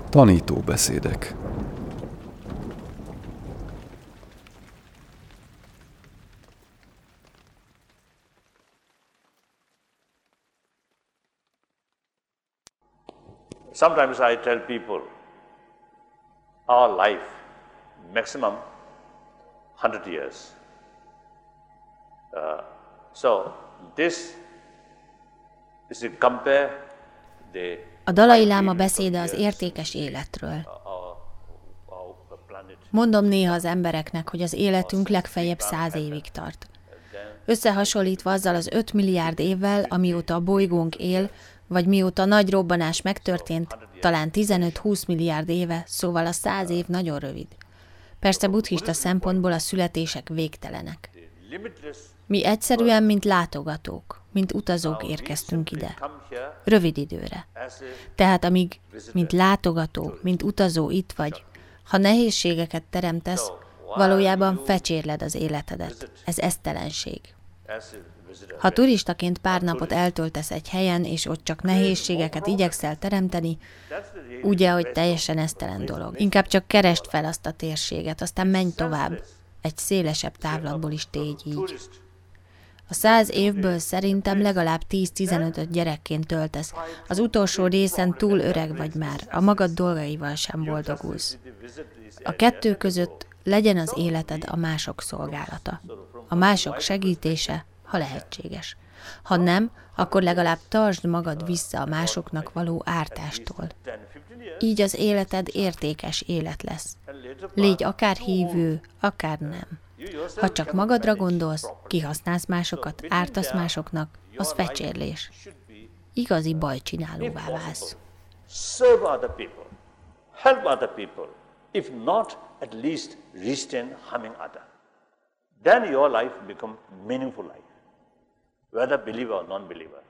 Tanítóbeszédek. Sometimes I tell people, our life, maximum 100 years. So this is to compare the A Dalai Láma beszéde az értékes életről. Mondom néha az embereknek, hogy az életünk legfeljebb 100 évig tart. Összehasonlítva azzal az 5 milliárd évvel, amióta a bolygónk él, vagy mióta a nagy robbanás megtörtént, talán 15-20 milliárd éve, szóval a 100 év nagyon rövid. Persze buddhista szempontból a születések végtelenek. Mi egyszerűen, mint látogatók, mint utazók érkeztünk ide. Rövid időre. Tehát amíg, mint látogató, mint utazó itt vagy, ha nehézségeket teremtesz, valójában fecsérled az életedet. Ez esztelenség. Ha turistaként pár napot eltöltesz egy helyen, és ott csak nehézségeket igyekszel teremteni, ugye, hogy teljesen esztelen dolog. Inkább csak keresd fel azt a térséget, aztán menj tovább. Egy szélesebb távlatból is tégy így. A 100 évből szerintem legalább 10-15-öt gyerekként töltesz. Az utolsó részen túl öreg vagy már, a magad dolgaival sem boldogulsz. A kettő között legyen az életed a mások szolgálata. A mások segítése, ha lehetséges. Ha nem, akkor legalább tartsd magad vissza a másoknak való ártástól. Így az életed értékes élet lesz. Légy akár hívő, akár nem. Ha csak magadra gondolsz, kihasználsz másokat, ártasz másoknak, az fecsérlés. Igazi bajcsinálóvá válsz. Serve other people, help other people, if not at least restrain harming other. Then your life become meaningful life, whether believer or non-believer.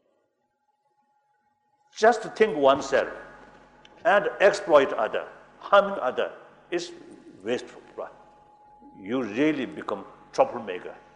Just to think oneself and exploit other, harming other is wasteful. You really become troublemaker.